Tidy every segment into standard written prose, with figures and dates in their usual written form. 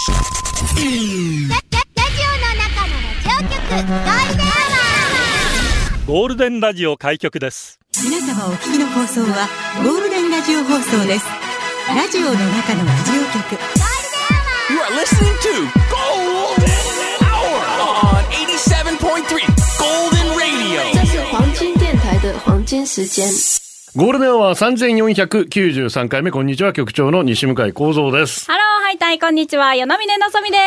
ゴールデンラジオ開局です。 皆様お聞きの放送はゴールデンラジオ放送です。ラジオの中のラジオ局 You are listening to Golden Hour on 87.3 Golden Radio。 这是黄金電台的黄金時間。 ゴールデンアワー3493回目。こんにちは、局長の西向井光三です。 ハロー、ハイタイ、こんにちは、与那峰のぞみです。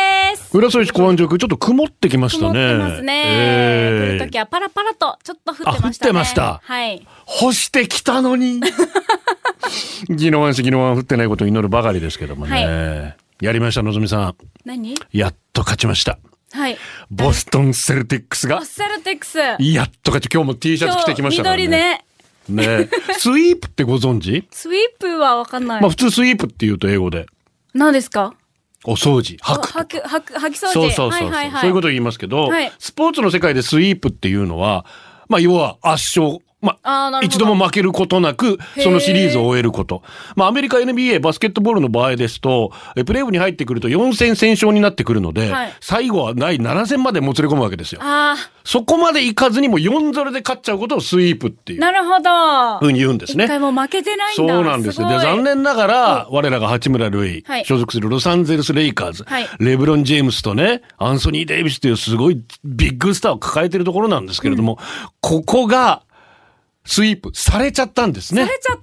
浦添市公安上空、ちょっと曇ってきましたね。 曇ってますね。降るときはパラパラとちょっと降ってましたね。 降ってました。 はい。 干してきたのに宜野湾市宜野湾降ってないことを祈るばかりですけどもね、はい、やりました、のぞみさん。 何？ やっと勝ちました。 はい。 ボストンセルティックスがセルティックスやっと勝ち。今日も T シャツ着てきましたからね。 緑ね。 ね、スイープってご存知？ スイープはわかんない。 まあ普通スイープって言うと英語で。 何ですか？ お掃除、掃く掃除。 そう、はいはいはい、そういうことを言いますけど、はい、スポーツの世界でスイープっていうのは、まあ要は圧勝。一度も負けることなく、そのシリーズを終えること。まあ、アメリカ NBA バスケットボールの場合ですと、プレーオフに入ってくると4戦先勝になってくるので、はい、最後は第7戦までもつれ込むわけですよ。そこまでいかずにも 4-0 で勝っちゃうことをスイープっていう。 なるほど。 ふうに言うんですね。 一回も負けてないんだ。 そうなんですよ。で、残念ながら、我らが八村塁、はい、所属するロサンゼルスレイカーズ、はい、レブロン・ジェームスとね、アンソニー・デイビスというすごいビッグスターを抱えているところなんですけれども、ここが、スイープされちゃったんですね。 されちゃった。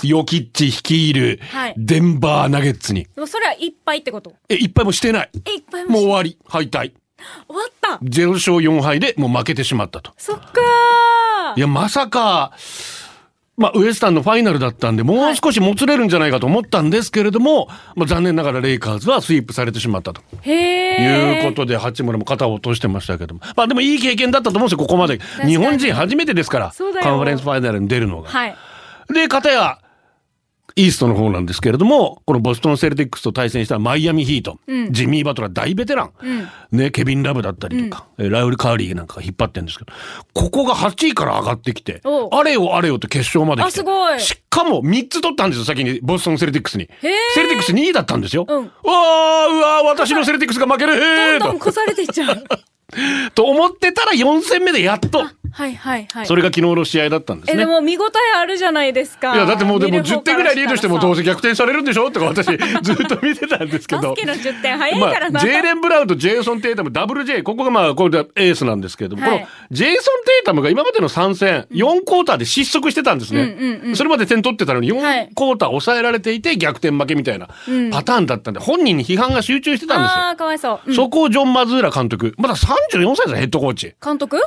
ヨキッチ率いるデンバーナゲッツに。 もうそれはいっぱいってこと？ いっぱいもしてない。 いっぱいもう終わり。敗退。 終わった。 0勝4敗でもう負けてしまったと。 そっかー。 いや、まさか、まあ、ウエスタンのファイナルだったんで、もう少しもつれるんじゃないかと思ったんですけれども、まあ、残念ながらレイカーズはスイープされてしまったと。いうことで、八村も肩を落としてましたけども。まあ、でもいい経験だったと思うんですよ、ここまで。日本人初めてですから、カンファレンスファイナルに出るのが。はい。で、片や、イーストの方なんですけれども、このボストンセルティックスと対戦したマイアミヒート、ジミー・バトラー大ベテラン、ね、ケビン・ラブだったりとか、ラウル・カーリーなんかが引っ張ってるんですけど、ここが8位から上がってきて、あれよあれよと決勝まで来て、 すごい。 しかも3つ取ったんですよ、先にボストンセルティックスに。セルティックス2位だったんですよ。うわー、私のセルティックスが負ける。 どんどん越されていっちゃう。 と思ってたら4戦目でやっと。 はいはいはい。 それが昨日の試合だったんですね。 でも見応えあるじゃないですか。 いや、だってもうでも10点ぐらいリードしてもどうせ逆転されるんでしょとか私ずっと見てたんですけど。 バスケの10点早いからな。 ジェイレン・ブラウンとジェイソン・テイタム、ダブル J、ここがまあ、これでエースなんですけれども、このジェイソン・テイタムが今までの3戦、4クォーターで失速してたんですね。それまで点取ってたのに4クォーター抑えられていて逆転負けみたいなパターンだったんで、本人に批判が集中してたんですよ。 ああ、かわいそう。 そこをジョン・マズーラ監督、まだ34歳です、ヘッドコーチ。 監督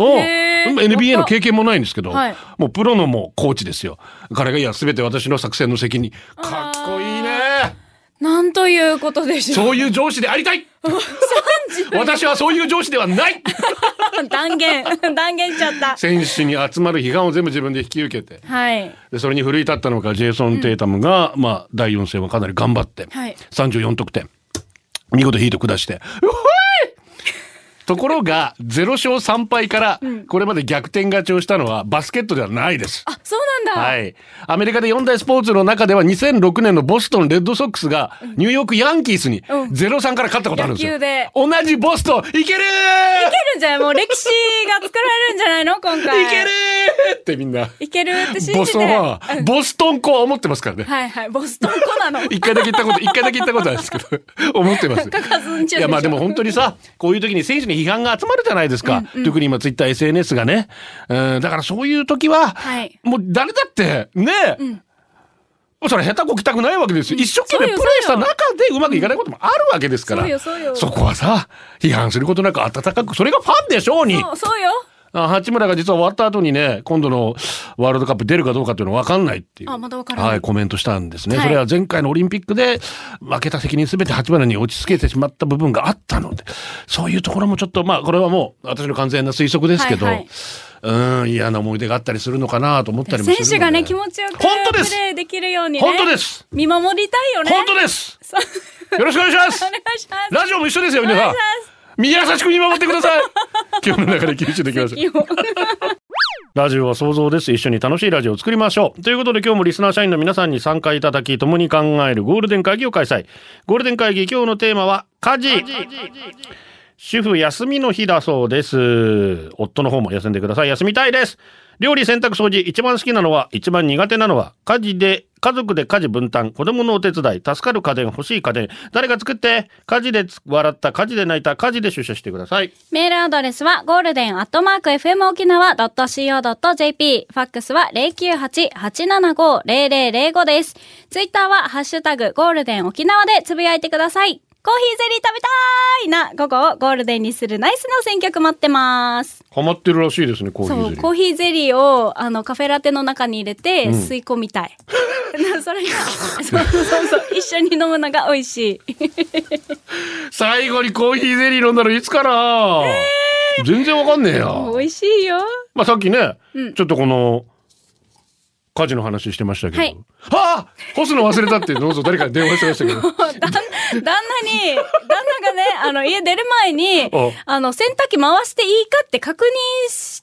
？NBA の経験もないんですけど、もうプロのもコーチですよ。彼がいや、すべて私の作戦の責任。かっこいいね。 なんということでしょう。 そういう上司でありたい。私はそういう上司ではない。 断言しちゃった。選手に集まる批判を全部自分で引き受けて、はい、でそれに奮い立ったのかジェイソン・テイタムが、まあ、第4戦はかなり頑張って、34得点見事ヒート下して、ところが0勝3敗からこれまで逆転勝ちをしたのはバスケットではないです。 あ、そうなんだ。 はい。アメリカで4大スポーツの中では2006年のボストンレッドソックスがニューヨークヤンキースに 0-3 から勝ったことあるんですよ。 野球で。 同じボストンいけるー。いけるんじゃない？もう歴史が作られるんじゃないの今回。 いけるーってみんな。 いけるって信じて。 ボストンはボストン子は思ってますからね。 はいはい。ボストン子なの。 一回だけ言ったことあるんですけど思ってます。いやまあでも本当にさ、こういう時に選手に批判が集まるじゃないですか。特に今ツイッター SNS がね。だからそういう時は、もう誰だってね。それ下手こきたくないわけですよ。一生懸命プレーした中でうまくいかないこともあるわけですから。そこはさ、批判することなく温かく、それがファンでしょうに。 そうよ。 八村が実は終わった後にね、今度のワールドカップ出るかどうかっていうのは分かんないっていう。 まだ分からない。 はい、コメントしたんですね。それは前回のオリンピックで負けた責任すべて八村に落ち着けてしまった部分があったので、そういうところもちょっと、まあこれはもう私の完全な推測ですけど、嫌な思い出があったりするのかなと思ったりもするので。 選手がね、気持ちよくプレーできるようにね。 本当です。 見守りたいよね。 本当です。よろしくお願いします。 お願いします。 ラジオも一緒ですよ、皆さん。優しく見守ってください。今日の中で吸収できます。 ラジオは想像です。一緒に楽しいラジオを作りましょう。ということで今日もリスナー社員の皆さんに参加いただき、共に考えるゴールデン会議を開催。ゴールデン会議、今日のテーマは家事。主婦休みの日だそうです。夫の方も休んでください。休みたいです。料理、洗濯、掃除、一番好きなのは、一番苦手なのは、家族で家事分担、子供のお手伝い、助かる家電、欲しい家電、誰が作って、家事で笑った、家事で泣いた、家事で出社してください。 メールアドレスはゴールデン@FM 沖縄 .co.jp、ファックスは 098-875-0005 です。ツイッターはハッシュタグゴールデン沖縄でつぶやいてください。コーヒーゼリー食べたいな午後をゴールデンにするナイスの選曲待ってます。 ハマってるらしいですね、コーヒーゼリー。 そう、コーヒーゼリーをカフェラテの中に入れて吸い込みたい。それがそう一緒に飲むのが美味しい。 最後にコーヒーゼリー飲んだらいつかな、全然わかんねえや。 美味しいよ。 まあさっきね、ちょっとこの家事の話してましたけど、はい、干すの忘れたってどうぞ誰かに電話してましたけど旦那がね家出る前に洗濯機回していいかって確認して、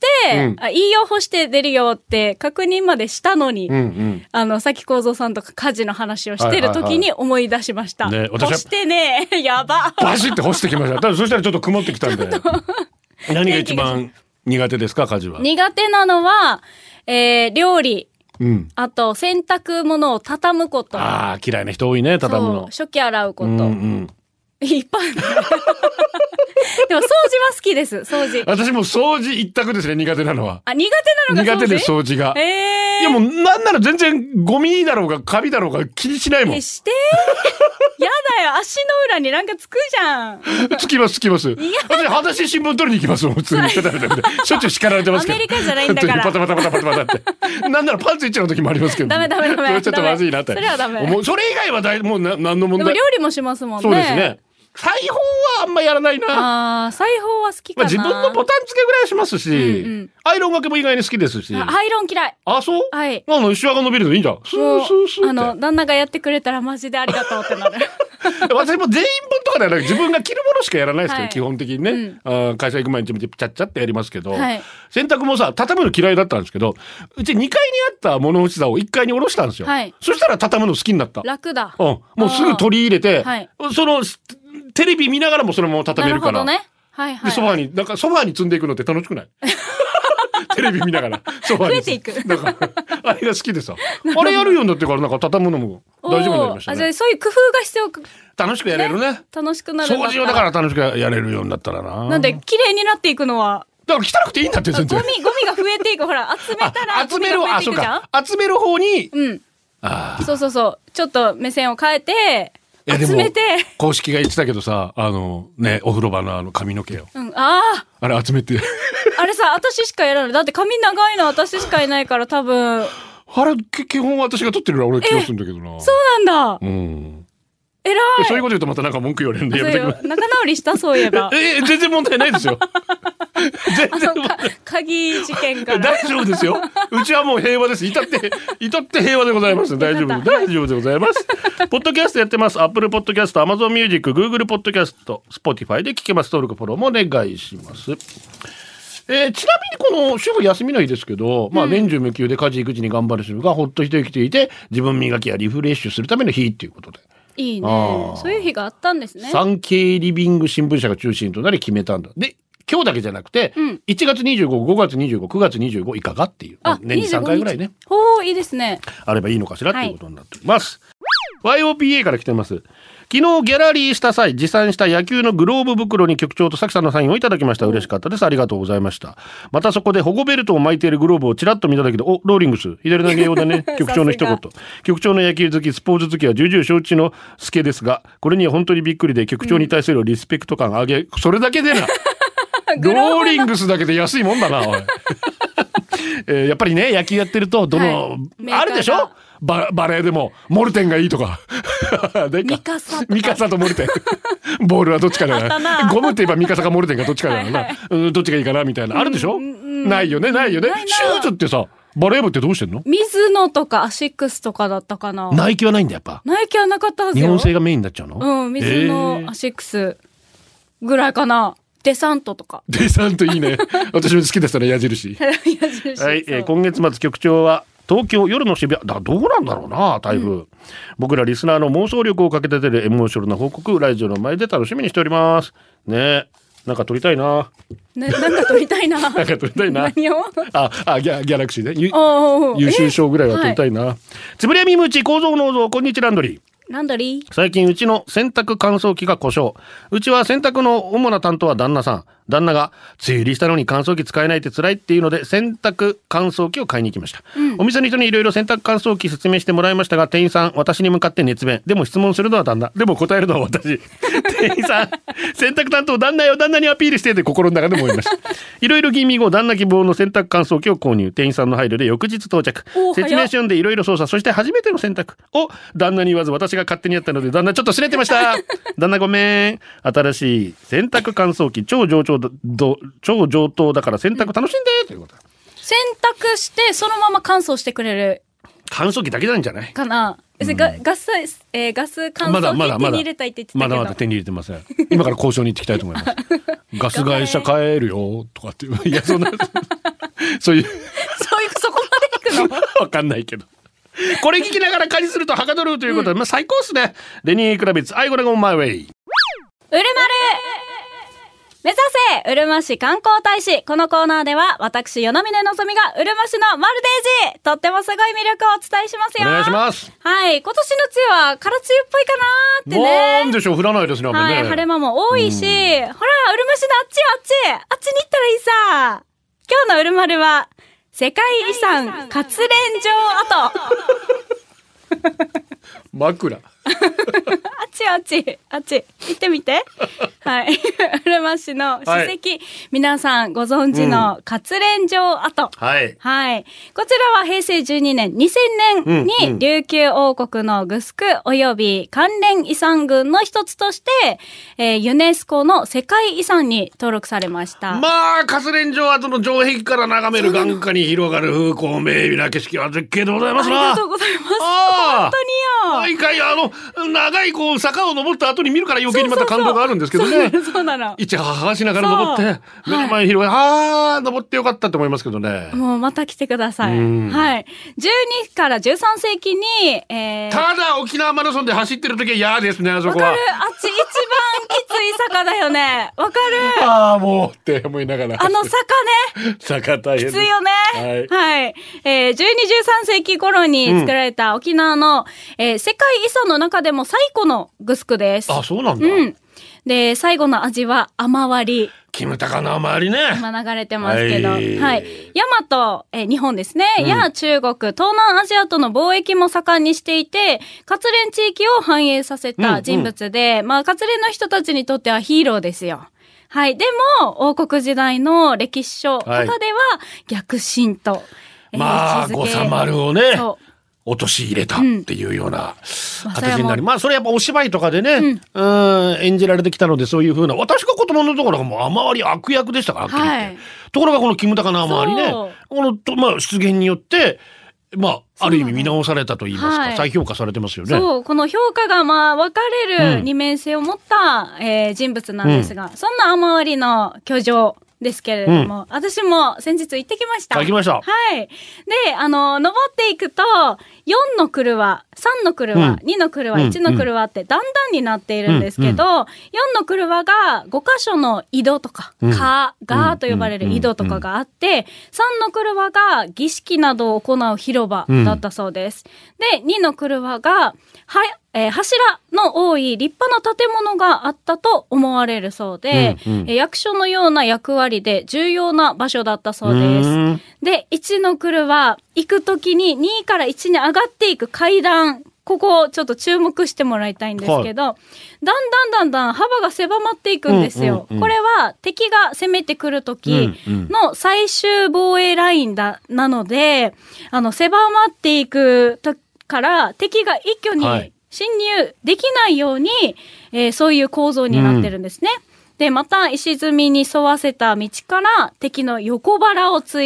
いいよ干して出るよって確認までしたのに、さっき幸三さんとか家事の話をしてる時に思い出しました、ね、干してねやばバシって干してきました。ただそしたらちょっと曇ってきたんで何が一番苦手ですか？家事は苦手なのは、料理、あと洗濯物を畳むこと。 嫌いな人多いね、畳むの。 食器洗うこと、いっぱいでも掃除は好きです。掃除、 私も掃除一択ですね。苦手なのは苦手なのが苦手で掃除が、いやもうなんなら全然ゴミだろうがカビだろうが気にしないもん。 してやだよ、足の裏になんかつくじゃん。 つきます。私裸足新聞取りに行きますもん、普通に。しょっちゅう叱られてますけど。 アメリカじゃないんだから。 パタってなんならパンツ一丁の時もありますけど、 ダメちょっとまずいなって。 それはダメ。 それ以外はもう何の問題。 でも料理もしますもんね。 そうですね。裁縫はあんまやらないな。 裁縫は好きかな。 自分のボタン付けぐらいはしますし、アイロンがけも意外に好きですし。 アイロン嫌い。 そう？ はい。 シワが伸びるのいいんだ。スーって旦那がやってくれたらマジでありがとうってなる。 私も全員分とかではなく自分が着るものしかやらないですけど、基本的にね、会社行く前にちゃっちゃってやりますけど、洗濯もさ、畳むの嫌いだったんですけど、うち2階にあった物干し座を1階に下ろしたんですよ。そしたら畳むの好きになった。 楽だ。 もうすぐ取り入れて、テレビ見ながらもそのまま畳めるから。 なるほどね。 でソファーに積んでいくのって楽しくない？テレビ見ながらソファーに増えていく。 だからあれが好きでさ、あれやるようになってからなんか畳むのも大丈夫になりましたね。 じゃあそういう工夫が必要。 楽しくやれるね。 楽しくなる。 掃除をだから楽しくやれるようになったらな。 なんで綺麗になっていくのは。 だから汚くていいんだって全然。 ゴミが増えていく。ほら集めたらゴミが増えていくじゃん。 集める方に。 そうちょっと目線を変えて。集めて。 公式が言ってたけどさ、お風呂場の髪の毛を。あれ集めて。 あれさ、私しかやらない。だって髪長いの私しかいないから多分。 あれ、基本私が撮ってるのは俺気がするんだけどな。 そうなんだ。偉い。 そういうこと言うとまたなんか文句言われるんでやめてください。 仲直りしたそういえば。 全然問題ないですよ。全然鍵事件から。 大丈夫ですよ。うちはもう平和です。至って平和でございます。大丈夫でございます。ポッドキャストやってます。Apple Podcast、Amazon Music、Google Podcast、Spotify で聞けます。登録フォローもお願いします。ちなみにこの主婦休みの日ですけど、年中無休で家事育児に頑張る主婦がほっと一息ついて自分磨きやリフレッシュするための日っていうことで。 いいね。そういう日があったんですね。 産経リビング新聞社が中心となり決めたんだ。で、今日だけじゃなくて、1月25、5月25、9月25いかがっていう。年に3回ぐらいね。 いいですね。 あればいいのかしらっていうことになっております。YOPA から来てます。昨日ギャラリーした際持参した野球のグローブ袋に局長とさきさんのサインをいただきました。嬉しかったです。ありがとうございました。またそこで保護ベルトを巻いているグローブをちらっと見ただけでローリングス左投げ用だね。局長の一言。局長の野球好きスポーツ好きは重々承知の助ですが、これには本当にびっくりで局長に対するリスペクト感上げ、それだけでなローリングスだけで安いもんだなおい。やっぱりね野球やってるとあるでしょ。バレーでもモルテンがいいとかミカサとモルテンボールはどっちかだな。ゴムって言えばミカサかモルテンかどっちかだな、どっちがいいかなみたいなあるでしょ。ないよね。シューズってさバレー部ってどうしてんの？ 水野とかアシックスとかだったかな。 ナイキはないんだやっぱ。 ナイキはなかったはずよ。 日本製がメインになっちゃうの？ 水野アシックスぐらいかな。 デサントとか。 デサントいいね。私も好きでしたね、矢印。 矢印はい、今月末局長は東京夜の渋谷だ、どうなんだろうな台風、僕らリスナーの妄想力をかけて出るエモーショナルな報告、ラジオの前で楽しみにしておりますね。なんか撮りたいな。 なんか撮りたいな。 なんか撮りたいな。 何を？ ギャラクシーね。優秀賞ぐらいは撮りたいな。つぶりやみむち構造農造こんにちランドリー。 ランドリー。 最近うちの洗濯乾燥機が故障。うちは洗濯の主な担当は旦那さん。旦那が梅雨入りしたのに乾燥機使えないって辛いっていうので洗濯乾燥機を買いに行きました、お店の人にいろいろ洗濯乾燥機説明してもらいましたが、店員さん私に向かって熱弁。でも質問するのは旦那、でも答えるのは私。店員さん洗濯担当旦那よ、旦那にアピールしてって心の中で思いました。いろいろ吟味後、旦那希望の洗濯乾燥機を購入。店員さんの配慮で翌日到着。説明書読んでいろいろ操作、そして初めての洗濯を旦那に言わず私が勝手にやったので、旦那ちょっと拗ねてました。旦那ごめん。新しい洗濯乾燥機超上等だから洗濯楽しんで、ということ。 洗濯してそのまま乾燥してくれる乾燥機だけなんじゃないかな。ガス乾燥機手に入れたいって言ってたけど、 まだ手に入れてません。今から交渉に行ってきたいと思います。ガス会社変えるよとかっていやそんなそういうそこまで行くのわかんないけど、これ聞きながら家事するとはかどるということで、最高っすね。レニー・クラビッツ、I gonna go my way。 うるまる目指せうるま市観光大使。このコーナーでは私与那嶺のぞみがうるま市のマルデージとってもすごい魅力をお伝えしますよ。 お願いします。 はい、今年の梅雨は空梅雨っぽいかなーってね。 なんでしょう、降らないですね。 はい、晴れ間も多いし、ほらうるま市のあっちに行ったらいいさ。今日のうるまるは世界遺産活連城跡。 枕。 あっち行ってみて。はい。うるま市の史跡、はい、皆さんご存知の活連城跡。 はい。 はい。こちらは平成12年、2000年に琉球王国のグスク及び関連遺産群の一つとして、ユネスコの世界遺産に登録されました。 まあ、活連城跡の城壁から眺める眼下に広がる風光明媚な景色は絶景でございますな。 ありがとうございます。本当によ。 毎回長い坂を登った後に見るから余計にまた感動があるんですけどね。 そうなの。 いちはしながら登って、目の前に広がり、登ってよかったと思いますけどね。 もうまた来てください。はい。12から13世紀に、 ただ沖縄マラソンで走ってる時は嫌ですね、あそこは。 わかる。あっち一番きつい坂だよね。わかる。 ああ、もうって思いながら。 坂ね。 坂大変。 きついよね。はい。12、13世紀頃に作られた沖縄の、世界遺産の中でも最古のグスクです。 あ、そうなんだ。 で、最後の味は甘割り。 キムタカの甘割りね。 今流れてますけど。はい。ヤマト、日本ですね。や中国、東南アジアとの貿易も盛んにしていて、活連地域を繁栄させた人物で、まあ、活連の人たちにとってはヒーローですよ。はい。でも、王国時代の歴史書とかでは逆進と、 まあ、五三丸をね。落とし入れたっていうような形になり、まあそれやっぱお芝居とかでね、演じられてきたので、そういう風な、私が子供のところがもう甘割り悪役でしたから、ところがこのキムタカの甘割りね、まあ出現によってまあある意味見直されたと言いますか、再評価されてますよね。 そう、この評価がまあ分かれる二面性を持った、人物なんですが、そんな甘割りの居城ですけれども、私も先日行ってきました。 行きました。 はい。で、登っていくと、4の車、3の車、2の車、1の車って段々になっているんですけど、4の車が5箇所の井戸とか、がと呼ばれる井戸とかがあって、3の車が儀式などを行う広場だったそうです。で、2の車が、柱の多い立派な建物があったと思われるそうで、役所のような役割で重要な場所だったそうです。で、1の来は行くときに2から1に上がっていく階段、ここをちょっと注目してもらいたいんですけど、だんだん幅が狭まっていくんですよ。これは敵が攻めてくるときの最終防衛ラインなので、狭まっていくとから敵が一挙に侵入できないように、そういう構造になってるんですね。で、また石積みに沿わせた道から敵の横腹をついて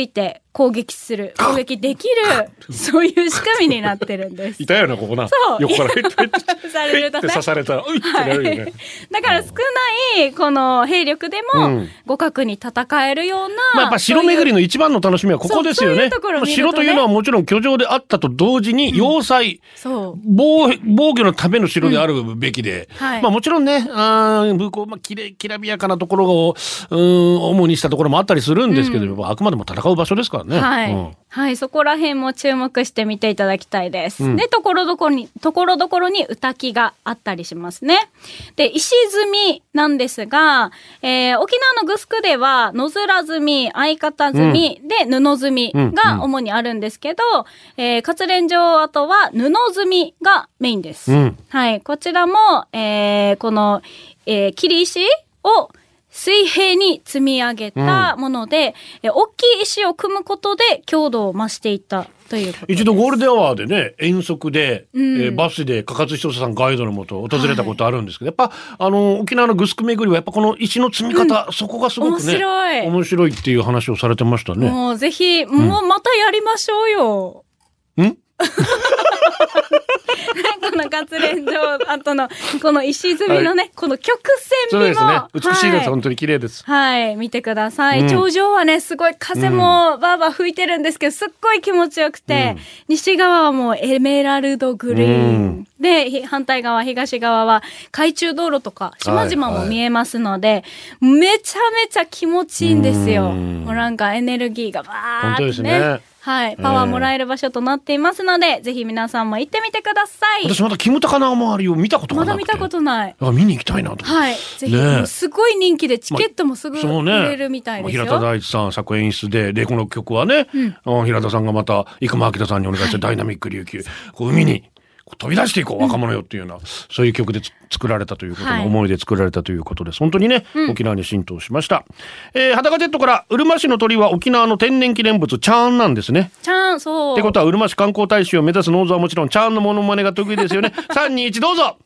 攻撃できる、そういう仕組みになってるんです。 いたよな、ここな。 そう。 横からペッペッペッされるとね。 刺されたら、ういってなるよね。 だから少ないこの兵力でも互角に戦えるような。 まあ、やっぱ城巡りの一番の楽しみはここですよね。 そういうところを見るとね、 城というのはもちろん居城であったと同時に要塞、防御のための城であるべきで、まあもちろんね、武功、まあきらびやかなところを主にしたところもあったりするんですけど、あくまでも戦う場所ですからね。 はい。はい、そこら辺も注目して見ていただきたいです。で、ところどころに歌木があったりしますね。で、石積みなんですが、沖縄のグスクでは、野面積み、相方積み、で、布積みが主にあるんですけど、活連城跡は布積みがメインです。はい、こちらも、この、切り石を水平に積み上げたもので、大きい石を組むことで強度を増していったということです。 一度ゴールデンアワーでね、遠足で、バスでかかつひとさんガイドのもと訪れたことあるんですけど、やっぱ沖縄のグスク巡りはやっぱこの石の積み方、そこがすごくね面白いっていう話をされてましたね。 もうぜひ、もうまたやりましょうよ。この活連城跡のこの石積みのね、この曲線美もそうですね、美しいです、本当に綺麗です。 はい、見てください。頂上はね、すごい風もバーバー吹いてるんですけど、すっごい気持ちよくて、西側はもうエメラルドグリーンで、反対側、東側は海中道路とか島々も見えますので、めちゃめちゃ気持ちいいんですよ。もうなんかエネルギーがバーってね。 本当ですね。 はい、パワーもらえる場所となっていますので、ぜひ皆さんも行ってみてください。 私まだキムタカの周りを見たことがなくて。 まだ見たことない。 見に行きたいなと。 はい、ぜひ、すごい人気でチケットもすぐ売れるみたいですよ。 平田大地さん作演出で、この曲はね、平田さんがまた生間明田さんにお願いしてダイナミック琉球、海に飛び出していこう若者よっていうような、そういう曲で作られたということの思いで作られたということです。本当にね、沖縄に浸透しました。裸ジェットから、うるま市の鳥は沖縄の天然記念物チャーンなんですね。 チャーン、そう。 ってことはうるま市観光大使を目指すノーズはもちろんチャーンのモノマネが得意ですよね。3、2、1どうぞ。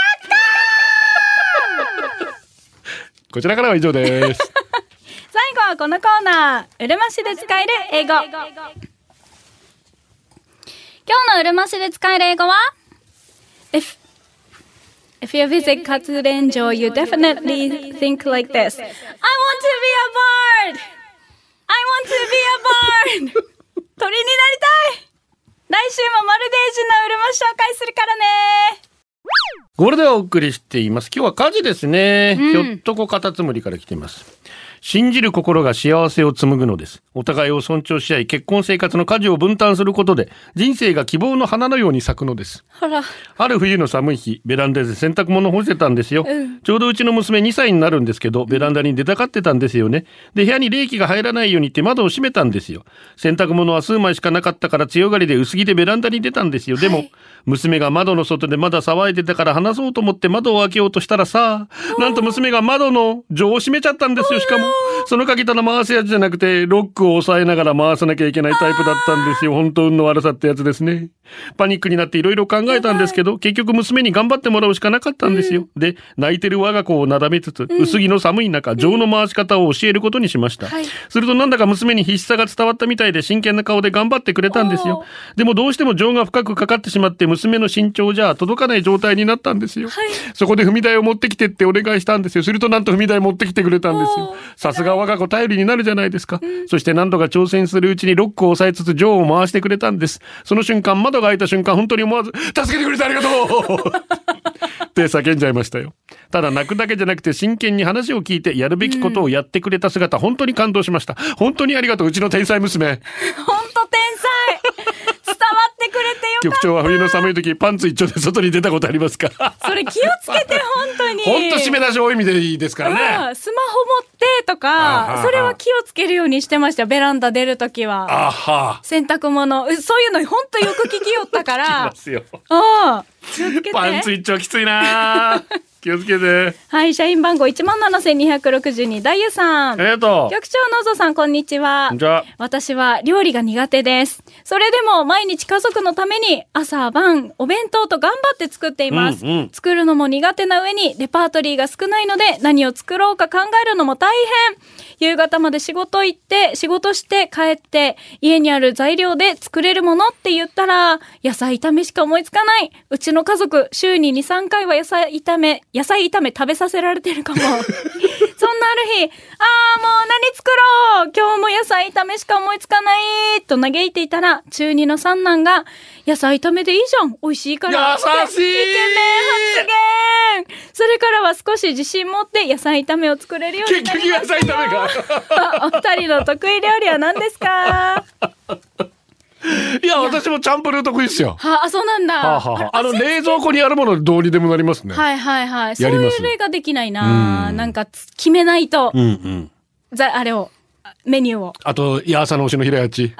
こちらからは以上です。 最後はこのコーナー、うるま市で使える英語。今日のうるま市で使える英語は If you visit 活連城, you definitely think like this. I want to be a bird! I want to be a bird! 鳥になりたい！来週もマルデージのうるま紹介するからね。 ゴールでお送りしています。今日は火事ですね。ひょっとこカタツムリから来ています。信じる心が幸せを紡ぐのです。お互いを尊重し合い、結婚生活の舵を分担することで、人生が希望の花のように咲くのです。ある冬の寒い日、ベランダで洗濯物を干してたんですよ。ちょうどうちの娘2歳になるんですけど、ベランダに出たがってたんですよね。で、部屋に冷気が入らないようにって窓を閉めたんですよ。洗濯物は数枚しかなかったから強がりで薄着でベランダに出たんですよ。でも、娘が窓の外でまだ騒いでたから話そうと思って窓を開けようとしたらさ、なんと娘が窓の錠を閉めちゃったんですよ。しかもその鍵棚回すやつじゃなくてロックを押さえながら回さなきゃいけないタイプだったんですよ。本当運の悪さってやつですね。パニックになっていろいろ考えたんですけど、結局娘に頑張ってもらうしかなかったんですよ。で、泣いてる我が子をなだめつつ、薄着の寒い中、錠の回し方を教えることにしました。するとなんだか娘に必死さが伝わったみたいで真剣な顔で頑張ってくれたんですよ。でもどうしても錠が深くかかってしまって娘の身長じゃ届かない状態になったんですよ。そこで踏み台を持ってきてってお願いしたんですよ。するとなんと踏み台持ってきてくれたんですよ。さすが我が子頼りになるじゃないですか。そして何度か挑戦するうちにロックを押さえつつ錠を回してくれたんです。その瞬間、窓が開いた瞬間、本当に思わず助けてくれてありがとうって叫んじゃいましたよ。ただ泣くだけじゃなくて真剣に話を聞いてやるべきことをやってくれた姿、本当に感動しました。本当にありがとう、うちの天才娘。 本当天才伝わってくれてよかった。 局長は冬の寒い時パンツ一丁で外に出たことありますか？ それ気をつけて本当に。 本当締め出し多い意味でいいですからね。 スマホ持ってとか、それは気をつけるようにしてました。ベランダ出る時は。洗濯物、そういうの本当よく聞きよったから。 聞きますよ。 気をつけて。 パンツ一丁きついな。 気をつけて。 はい、社員番号17262ダイユさん。 ありがとう。 局長のぞさん、こんにちは。 こんにちは。 私は料理が苦手です。それでも毎日家族のために朝晩お弁当と頑張って作っています。作るのも苦手な上にレパートリーが少ないので何を作ろうか考えるのも大変。夕方まで仕事して帰って家にある材料で作れるものって言ったら野菜炒めしか思いつかない。うちの家族週に 2,3 回は野菜炒め食べさせられてるかも。そんなある日、もう何作ろう、今日も野菜炒めしか思いつかないと嘆いていたら、中2の三男が野菜炒めでいいじゃん、美味しいから。 優しい。 イケメン発言。それからは少し自信持って野菜炒めを作れるようになりました。 結局野菜炒めが。 お二人の得意料理は何ですか？ いや、私もチャンプルー得意ですよ。 そうなんだ。 冷蔵庫にあるものでどうにでもなりますね。 はいはいはい。そういう例ができないな。なんか決めないと。あれを、メニューを。 あと、朝の推しの平やち。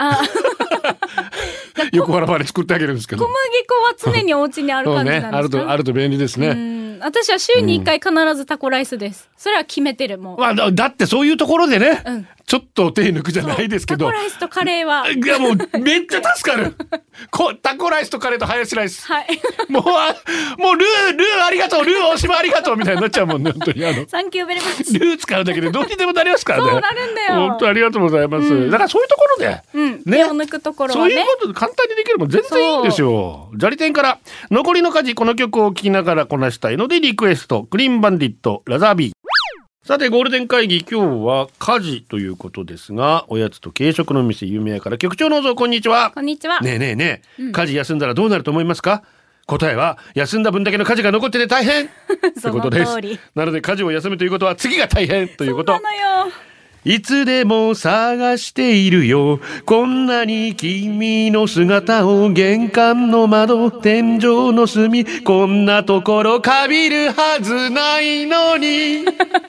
横腹まで作ってあげるんですけど。 小麦粉は常にお家にある感じなんですか？ そうね。あると便利ですね。 私は週に1回必ずタコライスです。それは決めてるもん。 だってそういうところでね、ちょっと手抜くじゃないですけど。 タコライスとカレーは。 いや、もうめっちゃ助かる。タコライスとカレーとハヤシライス。 はい。 もうルーありがとう、ルー大島ありがとうみたいになっちゃうもんね、本当に。 サンキューベリーマッチ。 ルー使うだけでどうにでもなりますからね。 そうなるんだよ。 本当ありがとうございます。だからそういうところで、 手を抜くところはね。 そういうこと簡単にできるもん全然いいんですよ。ジャリテンから残りの家事、この曲を聴きながらこなしたいのでリクエスト、クリーンバンディット、ラザービー。さて、ゴールデン会議、今日は家事ということですが、おやつと軽食の店、夢屋から局長のぞ、こんにちは。 こんにちは。 ねえ、家事休んだらどうなると思いますか？答えは、休んだ分だけの家事が残ってて大変ということです。なので、家事を休むということは次が大変ということ。 そうなのよ。 いつでも探しているよ。こんなに君の姿を、玄関の窓、天井の隅、こんなところかびるはずないのに。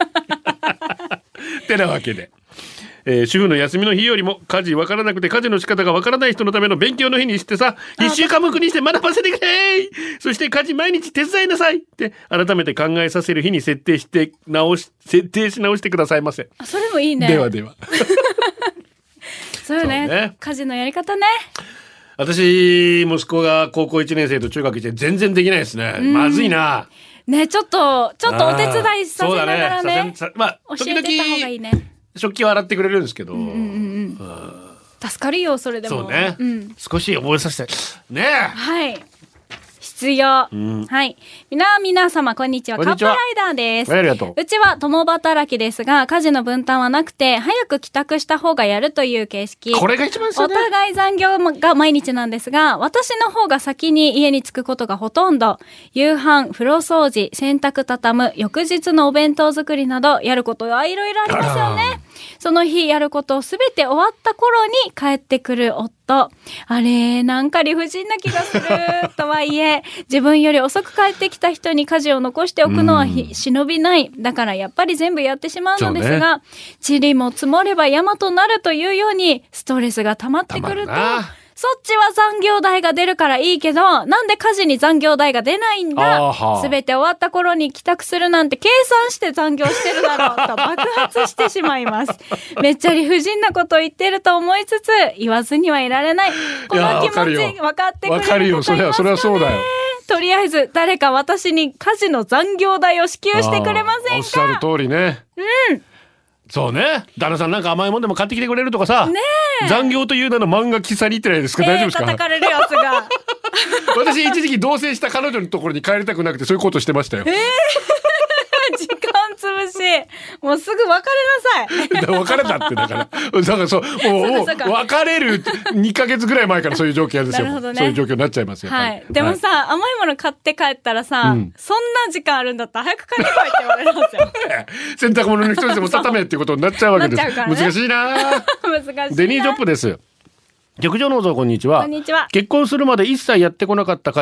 ってなわけで。主婦の休みの日よりも家事わからなくて家事の仕方がわからない人のための勉強の日にしてさ、必修科目にして学ばせてくれ。そして家事毎日手伝いなさいって改めて考えさせる日に設定し直してくださいませ。 それもいいね。 ではでは。 そうよね。家事のやり方ね。 私、息子が高校1年生と中学1年全然できないですね。まずいな。ね、 ちょっとお手伝いさせながらね。 教えてた方がいいね。食器は洗ってくれるんですけど、 助かるよ、それでも。 そうね、少し覚えさせてね。 はい、必要。はい。皆様こんにちは。カップライダーです。 ありがとう。 うちは共働きですが、家事の分担はなくて早く帰宅した方がやるという形式。 これが一番ですよね。 お互い残業が毎日なんですが、私の方が先に家に着くことがほとんど。夕飯、風呂掃除、洗濯畳む、翌日のお弁当作りなどやることはいろいろありますよね。その日やることをすべて終わった頃に帰ってくる夫。あれ、なんか理不尽な気がするとはいえ、自分より遅く帰ってきた人に家事を残しておくのは忍びない。だからやっぱり全部やってしまうのですが、塵も積もれば山となるというようにストレスが溜まってくると、そっちは残業代が出るからいいけど、なんで家事に残業代が出ないんだ。すべて終わった頃に帰宅するなんて計算して残業してるだろうと爆発してしまいます。めっちゃ理不尽なことを言ってると思いつつ、言わずにはいられない。この気持ち分かってくれることいますかね。 それはそうだよ。 とりあえず誰か私に家事の残業代を支給してくれませんか。 おっしゃる通りね。そうね。旦那さんなんか甘いもんでも買ってきてくれるとかさ。残業という名の漫画喫茶に行ってないですか？大丈夫ですか？ 叩かれるやつが。 私一時期同棲した彼女のところに帰りたくなくてそういうことしてましたよ。 時間潰し。もうすぐ別れなさい。 別れたってだからそうもう別れる2ヶ月ぐらい前からそういう状況ですよ。なるほどね。そういう状況になっちゃいますよ。 はい。でもさ、甘いもの買って帰ったらさ、そんな時間あるんだったら早く帰ってこいって言われるんですよ。 洗濯物の一つでも畳めっていうことになっちゃうわけです。難しいな。 難しいな。 デニー・ジョップです。局長のぞこんにちは。 こんにちは。 結婚するまで一切やってこなかった家事。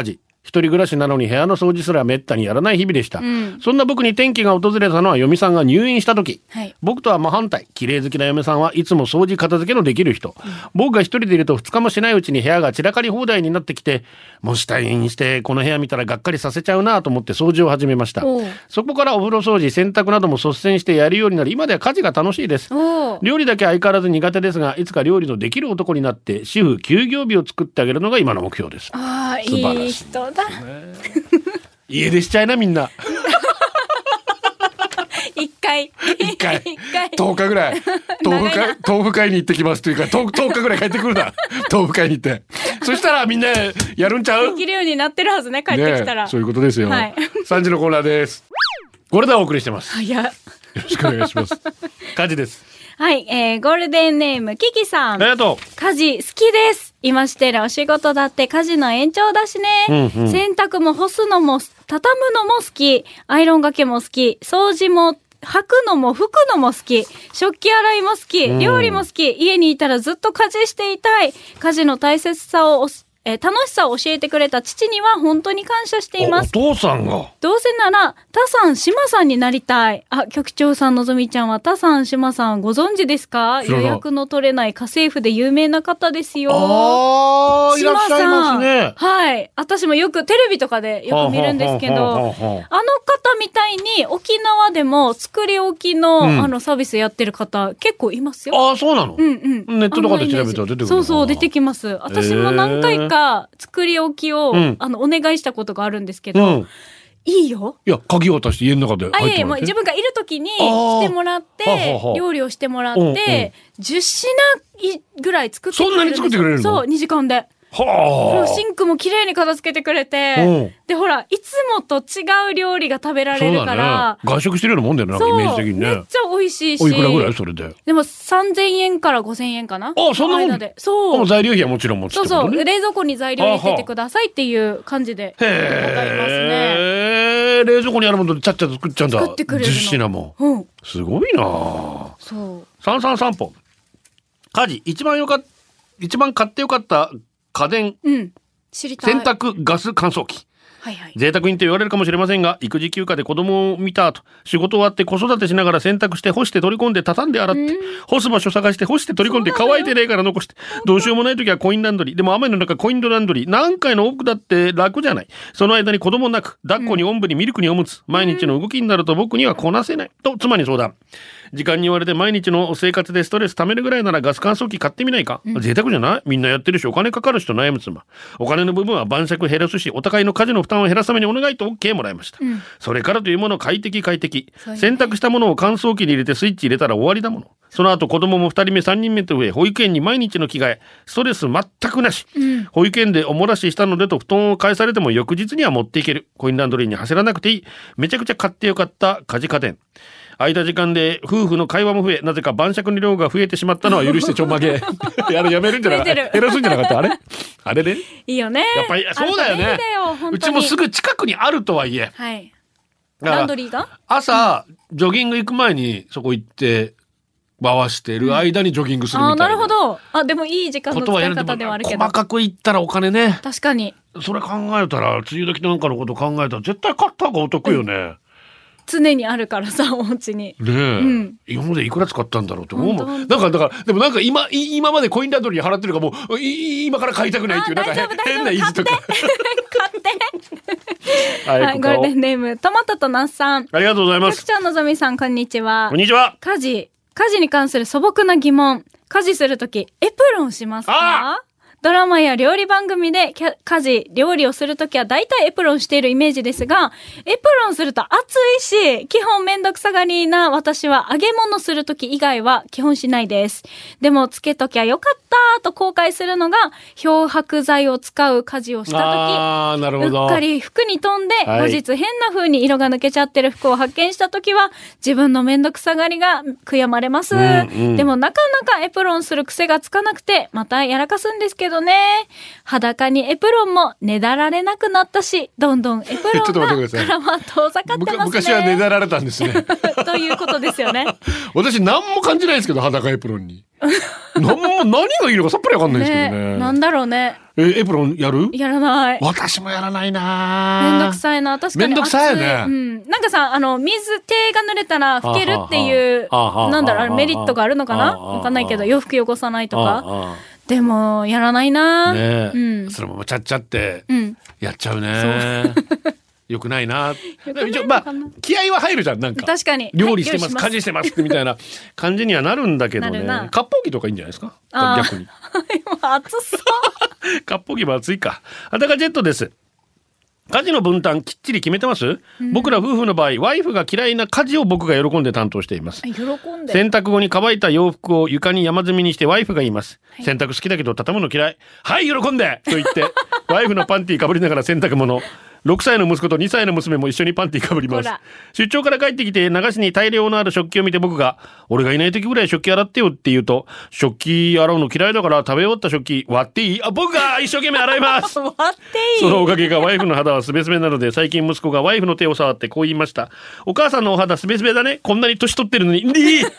一人暮らしなのに部屋の掃除すらめったにやらない日々でした、そんな僕に転機が訪れたのは嫁さんが入院した時、僕とは真反対。綺麗好きな嫁さんはいつも掃除片付けのできる人、僕が一人でいると2日もしないうちに部屋が散らかり放題になってきて、もし退院してこの部屋見たらがっかりさせちゃうなと思って掃除を始めました。そこからお風呂掃除、洗濯なども率先してやるようになり、今では家事が楽しいです。料理だけ相変わらず苦手ですが、いつか料理のできる男になって主婦休業日を作ってあげるのが今の目標です。素晴らしい。 いい人だ。 家出しちゃいなみんな。 一回 10日ぐらい豆腐買いに行ってきますというか 10日ぐらい帰ってくるな。豆腐買いに行ってそしたらみんなやるんちゃう。 できるようになってるはずね、帰ってきたら、 そういうことですよ、3時のコーナーです。これでお送りしてます。よろしくお願いします。家事です。 はい、ゴールデンネームキキさん、 ありがとう。 家事好きです。今してるお仕事だって家事の延長だしね、洗濯も干すのも畳むのも好き、アイロンがけも好き、掃除も履くのも拭くのも好き、食器洗いも好き、料理も好き、家にいたらずっと家事していたい。家事の大切さを楽しさを教えてくれた父には本当に感謝しています。 お父さんがどうせならタさん島さんになりたい。局長さんのぞみちゃんはタさん島さんご存知ですか。予約の取れない家政婦で有名な方ですよ。 いらっしゃいますね。 はい、私もよくテレビとかでよく見るんですけど、あの方みたいに沖縄でも作り置きの、サービスやってる方結構いますよ。 そうなの。ネットとかで調べたら出てくる。 そう出てきます。私も何回か作り置きを、お願いしたことがあるんですけど、いいよ。いや、 鍵渡して家の中で入ってもらって。 もう自分がいる時にしてもらって、料理をしてもらって、10品ぐらい作ってくれる。 そんなに作ってくれるの？ そう、2時間で。シンクも綺麗に片付けてくれて、でほらいつもと違う料理が食べられるから、 外食してるようなもんだよね、なんかイメージ的にね。 めっちゃ美味しいし。 おいくらぐらいそれで。 でも3000円から5000円かな。 そんなもんで。そう。材料費はもちろん持つってことね。 そう冷蔵庫に材料入れててくださいっていう感じで。わかりますね。 冷蔵庫にあるものでちゃっちゃと作っちゃうんだ。 作ってくれるの。 10品も。すごいな。 そう。 三散歩。家事一番買ってよかった家電、 知りたい。 洗濯ガス乾燥機。贅沢品と言われるかもしれませんが、育児休暇で子供を見た後、仕事終わって子育てしながら洗濯して干して取り込んで畳んで洗って、干す場所探して干して取り込んで乾いてねえから残して、どうしようもない時はコインランドリー。でも雨の中コインランドリー何回の往復だって楽じゃない。その間に子供なく、抱っこにおんぶにミルクにおむつ、毎日の動きになると僕にはこなせないと妻に相談。時間に言われて毎日の生活でストレス溜めるぐらいならガス乾燥機買ってみないか、贅沢じゃない？みんなやってるし、お金かかるしと悩む妻。お金の部分は晩酌減らすし、お互いの家事の負担を減らすためにお願いと OK もらいました、それからというもの快適、洗濯したものを乾燥機に入れてスイッチ入れたら終わりだもの。その後子供も2人目3人目と増え、保育園に毎日の着替え、ストレス全くなし、保育園でお漏らししたのでと布団を返されても翌日には持っていける。コインランドリーに走らなくていい。めちゃくちゃ買ってよかった家事家電。空いた時間で夫婦の会話も増え、なぜか晩酌の量が増えてしまったのは許してちょんまげ。やめるんじゃなかった。減らすんじゃなかった。あれね。 いいよね。 やっぱりそうだよね。うちもすぐ近くにあるとはいえ。 ランドリーが朝ジョギング行く前にそこ行って回してる間にジョギングするみたいな。 なるほど。でもいい時間の使い方ではあるけど。 細かく行ったらお金ね。確かに。 それ考えたら、梅雨時なんかのこと考えたら絶対買った方がお得よね。 常にあるからさ、お家に。 今までいくら使ったんだろうって思うもん。だからでもなんか今までコインランドリー払ってるからもう今から買いたくないっていうなんか変な意地とか。買って。ゴールデンネームトマトとナスさん。 ありがとうございます。 局長のぞみさん、こんにちは。 こんにちは。 家事に関する素朴な疑問。家事するときエプロンしますか？ドラマや料理番組で家事、料理をするときは大体エプロンしているイメージですが、エプロンすると暑いし、基本めんどくさがりな私は揚げ物するとき以外は基本しないです。でもつけときゃよかったと後悔するのが、漂白剤を使う家事をしたとき、うっかり服に飛んで、後日変な風に色が抜けちゃってる服を発見したときは、自分のめんどくさがりが悔やまれます。でもなかなかエプロンする癖がつかなくて、またやらかすんですけどね。裸にエプロンもねだられなくなったし、どんどんエプロンが絡ま遠ざかってますね。 昔はねだられたんですね。 ということですよね。 私何も感じないですけど、裸エプロンに。 何がいいのかさっぱりわかんないですけどね。 なんだろうね。 エプロンやる？ やらない。 私もやらないな。 めんどくさいな。確かに。 めんどくさいよね。 なんかさ、手が濡れたら拭けるっていう、なんだろう、メリットがあるのかな？わかんないけど、洋服汚さないとか。でも、やらないな。 そのままちゃっちゃって、やっちゃうね。よくないな。まあ、気合は入るじゃん、なんか。確かに。 料理してます、家事してますってみたいな感じにはなるんだけどね。割烹着とかいいんじゃないですか？逆に。 今暑そう。 割烹着も暑いか。あたかジェットです。家事の分担きっちり決めてます？僕ら夫婦の場合、ワイフが嫌いな家事を僕が喜んで担当しています。 喜んで。 洗濯後に乾いた洋服を床に山積みにしてワイフが言います。洗濯好きだけど畳むの嫌い。はい、喜んでと言って、ワイフのパンティーかぶりながら洗濯物。6歳の息子と2歳の娘も一緒にパンティーかぶります。出張から帰ってきて流しに大量のある食器を見て僕が、俺がいない時ぐらい食器洗ってよって言うと、食器洗うの嫌いだから食べ終わった食器割っていい？僕が一生懸命洗います割っていい？ そのおかげがワイフの肌はスベスベなので、最近息子がワイフの手を触ってこう言いました。お母さんのお肌スベスベだね。こんなに年取ってるのに。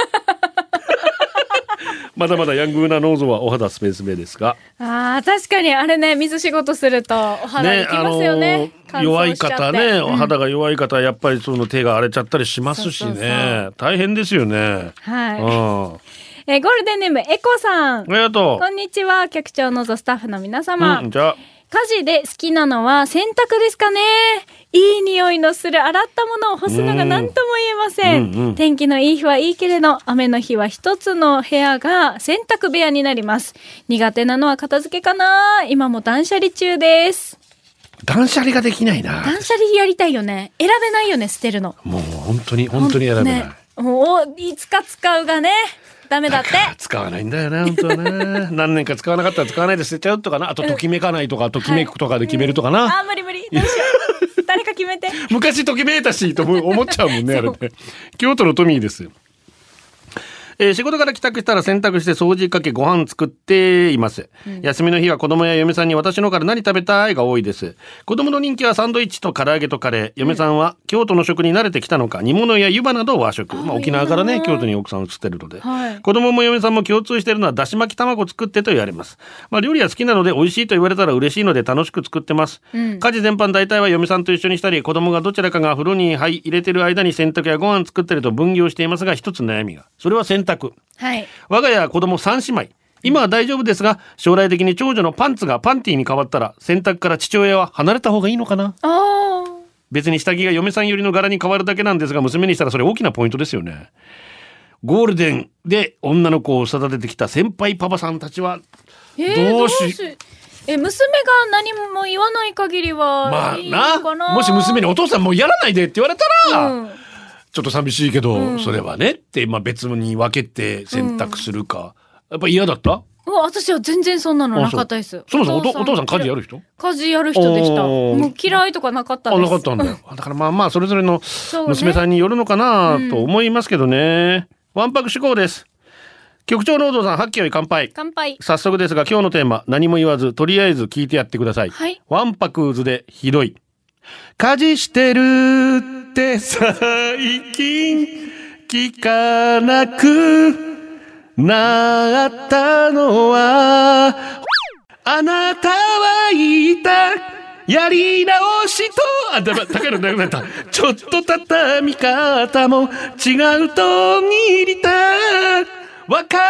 まだまだヤングなノーゾはお肌スベスベですが。 確かにあれね、水仕事するとお肌にきますよね。 弱い方ね、お肌が弱い方はやっぱりその手が荒れちゃったりしますしね。大変ですよね。 はい。ゴールデンネームエコさん。 ありがとう。 こんにちは、局長ノーゾスタッフの皆様。 じゃあ。 家事で好きなのは洗濯ですかね。いい匂いのする洗ったものを干すのが何とも言えません。天気のいい日はいいけれど、雨の日は一つの部屋が洗濯部屋になります。苦手なのは片付けかな。今も断捨離中です。 断捨離ができないな。 断捨離やりたいよね。選べないよね、捨てるの。 もう本当に選べない。 ね、もういつか使うがね。ダメだって。 使わないんだよね、本当はね。何年か使わなかったら使わないで捨てちゃうとかな。あとときめかないとか、ときめくとかで決めるとかな。 無理。どうしよう。誰か決めて。 昔ときめいたしと思っちゃうもんね、あれね。京都のトミーです。仕事から帰宅したら洗濯して掃除かけご飯作っています、休みの日は子供や嫁さんに私のから何食べたいが多いです。子供の人気はサンドイッチと唐揚げとカレー、嫁さんは京都の食に慣れてきたのか煮物や湯葉など和食、沖縄からね京都に奥さん移ってるので、子供も嫁さんも共通しているのはだし巻き卵作ってと言われます。料理は好きなので美味しいと言われたら嬉しいので楽しく作ってます、家事全般大体は嫁さんと一緒にしたり、子供がどちらかが風呂に入れてる間に洗濯やご飯作ったりと分業していますが、一つ悩みが、それは洗濯。我が家は子供3姉妹。今は大丈夫ですが、将来的に長女のパンツがパンティーに変わったら洗濯から父親は離れた方がいいのかな。別に下着が嫁さん寄りの柄に変わるだけなんですが、娘にしたらそれ大きなポイントですよね。ゴールデンで女の子を育ててきた先輩パパさんたちはどうし娘が何も言わない限りはいいのかな。 もし娘にお父さんもうやらないでって言われたら、ちょっと寂しいけど、それはねって、別に分けて選択するか、やっぱ嫌だった？ 私は全然そんなのなかったです。 そもそもお父さん家事やる人？ 家事やる人でした。もう嫌いとかなかったです。 なかったんだよ。だからそれぞれの娘さんによるのかなと思いますけどね。わんぱく志向です。局長のお父さん、発揮より乾杯。 乾杯。 早速ですが今日のテーマ、何も言わずとりあえず聞いてやってください。わんぱく図でひどい。家事してるって最近聞かなくなったのは、あなたは言った、やり直しと、高いのなくなった。ちょっと畳み方も違うと握りた。わかった、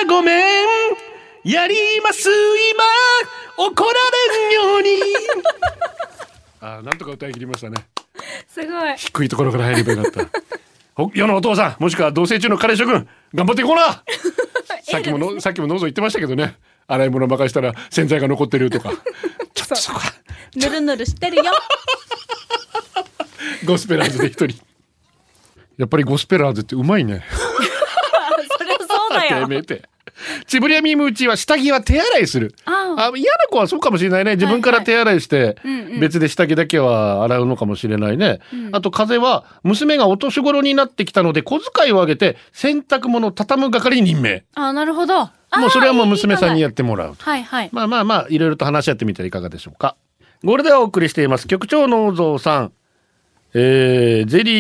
ごめん、やります今、怒られんように。なんとか歌い切りましたね。 すごい。 低いところから入ればよかった。世のお父さん、もしくは同棲中の彼氏君、頑張っていこうな。さっきもノーゾ言ってましたけどね。洗い物任したら洗剤が残ってるとか。ちょっとそこはぬるぬるしてるよ。 ゴスペラーズで一人。やっぱりゴスペラーズってうまいね。 そりゃそうだよ。 てめえて。チブリアミームうちは下着は手洗いする。嫌な子はそうかもしれないね。自分から手洗いして、別で下着だけは洗うのかもしれないね。あと風は娘がお年頃になってきたので小遣いをあげて洗濯物畳む係に任命。 なるほど。 もうそれはもう娘さんにやってもらう。 はいはい。 いろいろと話し合ってみてはいかがでしょうか。これでお送りしています局長のおぞうさん、ゼリー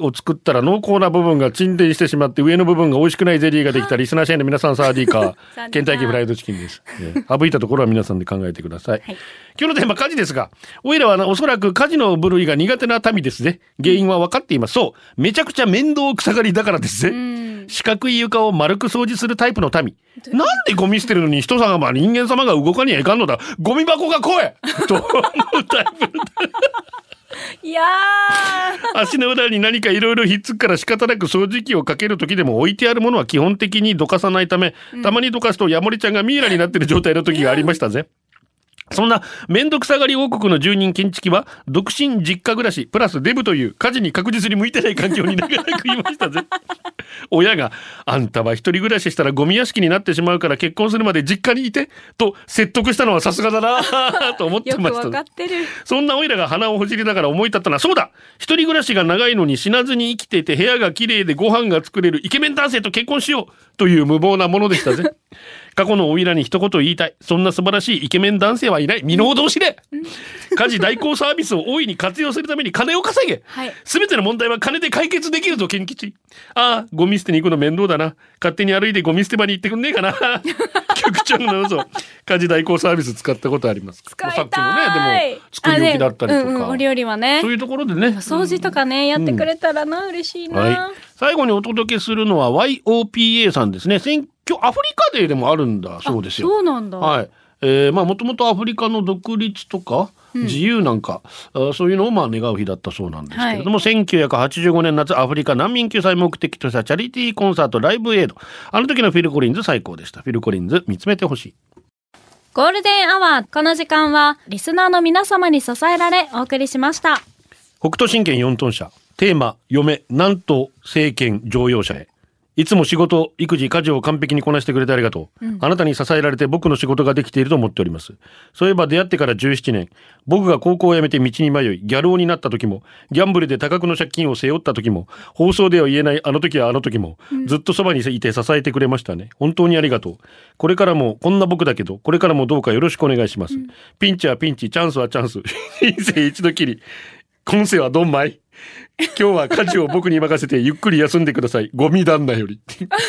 を作ったら濃厚な部分が沈殿してしまって上の部分が美味しくないゼリーができたリスナー社員の皆さん、サーディーカーケンタッキーフライドチキンです、省いたところは皆さんで考えてください、はい、今日のテーマ家事ですが、おいらはおそらく家事の部類が苦手な民ですね。原因は分かっています。そうめちゃくちゃ面倒くさがりだからですね。四角い床を丸く掃除するタイプの民。なんでゴミ捨てるのに人様人間様が動かにはいかんのだ、ゴミ箱が来いと思うタイプいや足の裏に何かいろいろひっつくから仕方なく掃除機をかける時でも置いてあるものは基本的にどかさないため、たまにどかすとヤモリちゃんがミイラになってる状態の時がありましたぜ。そんなめんどくさがり王国の住人建築は独身実家暮らしプラスデブという家事に確実に向いてない環境に長らくいましたぜ。親があんたは一人暮らししたらゴミ屋敷になってしまうから結婚するまで実家にいてと説得したのはさすがだなと思ってました。 よくわかってる。 そんなおいらが鼻をほじりながら思い立ったのは、そうだ、一人暮らしが長いのに死なずに生きていて部屋が綺麗でご飯が作れるイケメン男性と結婚しようという無謀なものでしたぜ。過去のおいらに一言言いたい。そんな素晴らしいイケメン男性はいない。身の程を知れ。家事代行サービスを大いに活用するために金を稼げ。すべての問題は金で解決できるぞ、ケン吉。ああ、ゴミ捨てに行くの面倒だな。勝手に歩いてゴミ捨て場に行ってくんねえかな。局長の嘘。家事代行サービス使ったことありますか？ 使いたい。 さっきのね、でも作り置きだったりとか、 お料理はね、 そういうところでね、 掃除とかね、やってくれたらな、嬉しいな、 はい。最後にお届けするのは YOPA さんですね。今日アフリカデーでもあるんだそうですよ。 そうなんだ。 はい。もともとアフリカの独立とか自由なんか、そういうのを願う日だったそうなんですけれども、1985年夏アフリカ難民救済目的としたチャリティーコンサートライブエイド、あの時のフィル・コリンズ最高でした。フィル・コリンズ見つめてほしい。 ゴールデンアワー、この時間はリスナーの皆様に支えられお送りしました。 北斗神拳4トン車テーマ嫁なんと政権乗用車へ。いつも仕事、育児、家事を完璧にこなしてくれてありがとう、あなたに支えられて僕の仕事ができていると思っております。そういえば出会ってから17年、僕が高校を辞めて道に迷いギャル男になった時も、ギャンブルで多額の借金を背負った時も、放送では言えないあの時はあの時も、ずっとそばにいて支えてくれましたね。本当にありがとう。これからもこんな僕だけど、これからもどうかよろしくお願いします、ピンチはピンチ、チャンスはチャンス。人生一度きり、今世はどんまい。今日は家事を僕に任せてゆっくり休んでください。ゴミ旦那より。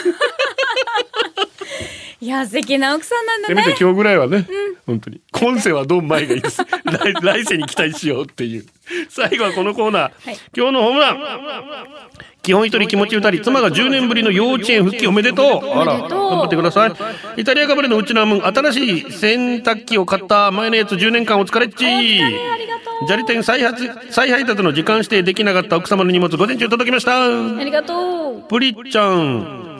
いや、素敵な奥さんなんだね。 せめて今日ぐらいはね、本当に今世はどんまいがいいです。来世に期待しようっていう。最後はこのコーナー、今日のホームラン。基本一人気持ち歌り、妻が10年ぶりの幼稚園復帰おめでとう。あら、頑張ってください。イタリアかぶれのうちなむん、新しい洗濯機を買った。前のやつ10年間お疲れっち。砂利店再配達の時間指定できなかった奥様の荷物午前中届きました。 ありがとう。 プリッちゃん、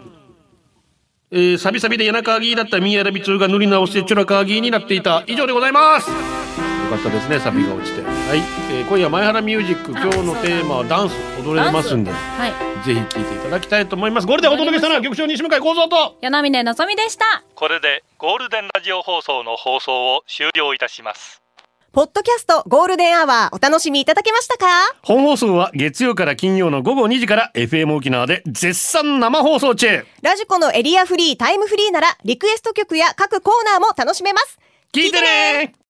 サビサビで柳川ギーだったミヤラビ2が塗り直してチュラカーギーになっていた。以上でございます。よかったですね、サビが落ちて。はい、今夜前原ミュージック、今日のテーマはダンス、踊れますんで、ぜひ聴いていただきたいと思います。これでお届けしたのは局長西向井幸三と柳峰のぞみでした。 これでゴールデンラジオ放送の放送を終了いたします。 ポッドキャストゴールデンアワー、お楽しみいただけましたか？ 本放送は月曜から金曜の午後2時から FM 沖縄で絶賛生放送中。 ラジコのエリアフリー、タイムフリーならリクエスト曲や各コーナーも楽しめます。 聞いてね。